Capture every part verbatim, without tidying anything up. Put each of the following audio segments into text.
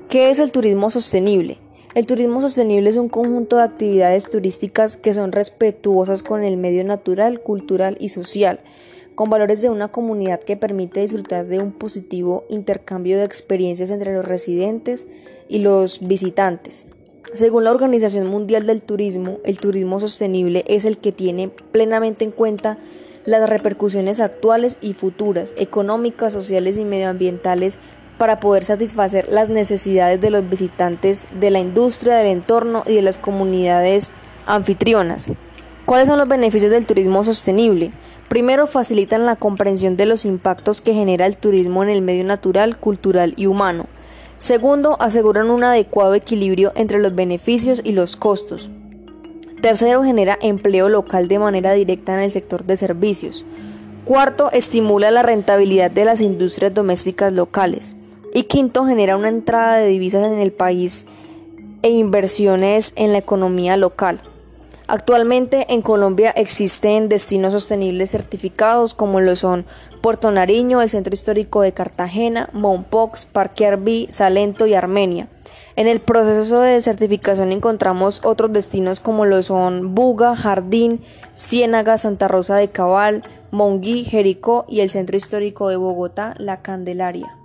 ¿Qué es el turismo sostenible? El turismo sostenible es un conjunto de actividades turísticas que son respetuosas con el medio natural, cultural y social, con valores de una comunidad que permite disfrutar de un positivo intercambio de experiencias entre los residentes y los visitantes. Según la Organización Mundial del Turismo, el turismo sostenible es el que tiene plenamente en cuenta las repercusiones actuales y futuras, económicas, sociales y medioambientales para poder satisfacer las necesidades de los visitantes, de la industria, del entorno y de las comunidades anfitrionas. ¿Cuáles son los beneficios del turismo sostenible? Primero, facilitan la comprensión de los impactos que genera el turismo en el medio natural, cultural y humano. Segundo, aseguran un adecuado equilibrio entre los beneficios y los costos. Tercero, genera empleo local de manera directa en el sector de servicios. Cuarto, estimula la rentabilidad de las industrias domésticas locales. Y quinto, genera una entrada de divisas en el país e inversiones en la economía local. Actualmente en Colombia existen destinos sostenibles certificados como lo son Puerto Nariño, el Centro Histórico de Cartagena, Mompox, Parque Arví, Salento y Armenia. En el proceso de certificación encontramos otros destinos como lo son Buga, Jardín, Ciénaga, Santa Rosa de Cabal, Monguí, Jericó y el Centro Histórico de Bogotá, La Candelaria.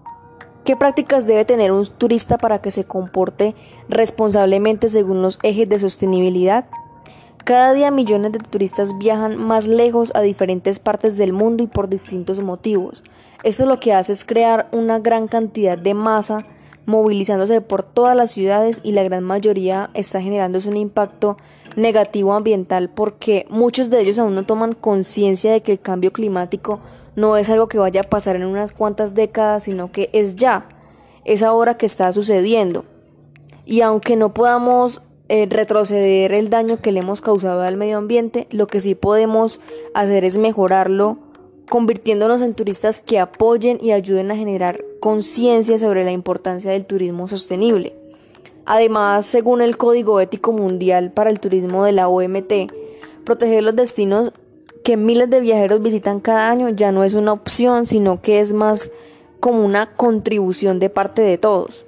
¿Qué prácticas debe tener un turista para que se comporte responsablemente según los ejes de sostenibilidad? Cada día millones de turistas viajan más lejos a diferentes partes del mundo y por distintos motivos. Eso lo que hace es crear una gran cantidad de masa, movilizándose por todas las ciudades y la gran mayoría está generándose un impacto negativo ambiental porque muchos de ellos aún no toman conciencia de que el cambio climático no es algo que vaya a pasar en unas cuantas décadas, sino que es ya, es ahora que está sucediendo. Y aunque no podamos eh, retroceder el daño que le hemos causado al medio ambiente, lo que sí podemos hacer es mejorarlo, convirtiéndonos en turistas que apoyen y ayuden a generar conciencia sobre la importancia del turismo sostenible. Además, según el Código Ético Mundial para el Turismo de la O M T, proteger los destinos que miles de viajeros visitan cada año ya no es una opción, sino que es más como una contribución de parte de todos.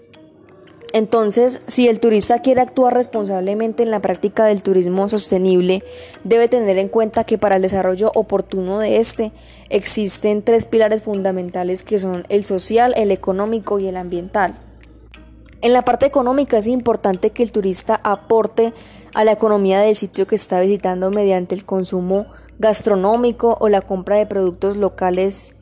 Entonces, si el turista quiere actuar responsablemente en la práctica del turismo sostenible, debe tener en cuenta que para el desarrollo oportuno de este existen tres pilares fundamentales que son el social, el económico y el ambiental. En la parte económica es importante que el turista aporte a la economía del sitio que está visitando mediante el consumo gastronómico o la compra de productos locales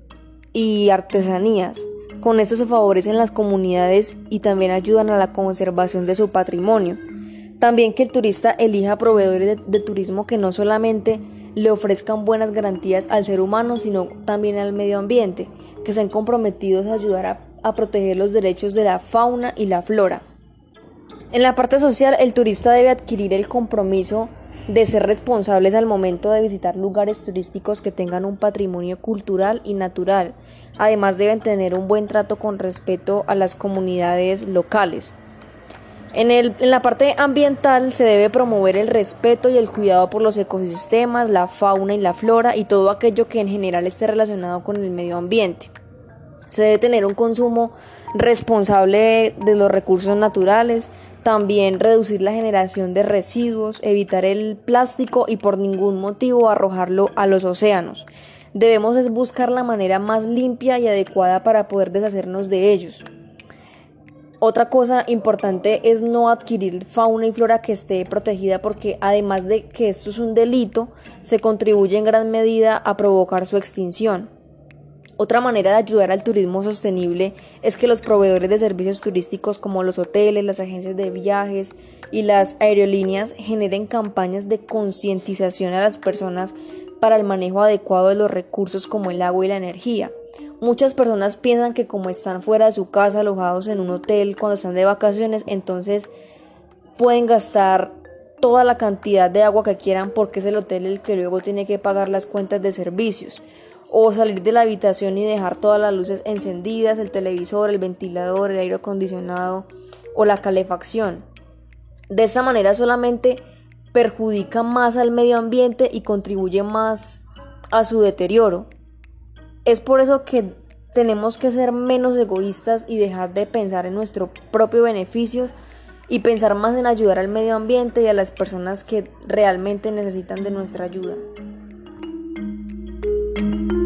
y artesanías. Con esto se favorecen las comunidades y también ayudan a la conservación de su patrimonio. También que el turista elija proveedores de, de turismo que no solamente le ofrezcan buenas garantías al ser humano, sino también al medio ambiente, que sean comprometidos a ayudar a, a proteger los derechos de la fauna y la flora. En la parte social, el turista debe adquirir el compromiso de ser responsables al momento de visitar lugares turísticos que tengan un patrimonio cultural y natural. Además, deben tener un buen trato con respeto a las comunidades locales. En, el, en la parte ambiental se debe promover el respeto y el cuidado por los ecosistemas, la fauna y la flora y todo aquello que en general esté relacionado con el medio ambiente. Se debe tener un consumo responsable de los recursos naturales, también reducir la generación de residuos, evitar el plástico y por ningún motivo arrojarlo a los océanos. Debemos es buscar la manera más limpia y adecuada para poder deshacernos de ellos. Otra cosa importante es no adquirir fauna y flora que esté protegida porque además de que esto es un delito, se contribuye en gran medida a provocar su extinción. Otra manera de ayudar al turismo sostenible es que los proveedores de servicios turísticos como los hoteles, las agencias de viajes y las aerolíneas generen campañas de concientización a las personas para el manejo adecuado de los recursos como el agua y la energía. Muchas personas piensan que como están fuera de su casa, alojados en un hotel, cuando están de vacaciones, entonces pueden gastar toda la cantidad de agua que quieran porque es el hotel el que luego tiene que pagar las cuentas de servicios. O salir de la habitación y dejar todas las luces encendidas, el televisor, el ventilador, el aire acondicionado o la calefacción. De esta manera solamente perjudica más al medio ambiente y contribuye más a su deterioro. Es por eso que tenemos que ser menos egoístas y dejar de pensar en nuestro propio beneficio y pensar más en ayudar al medio ambiente y a las personas que realmente necesitan de nuestra ayuda.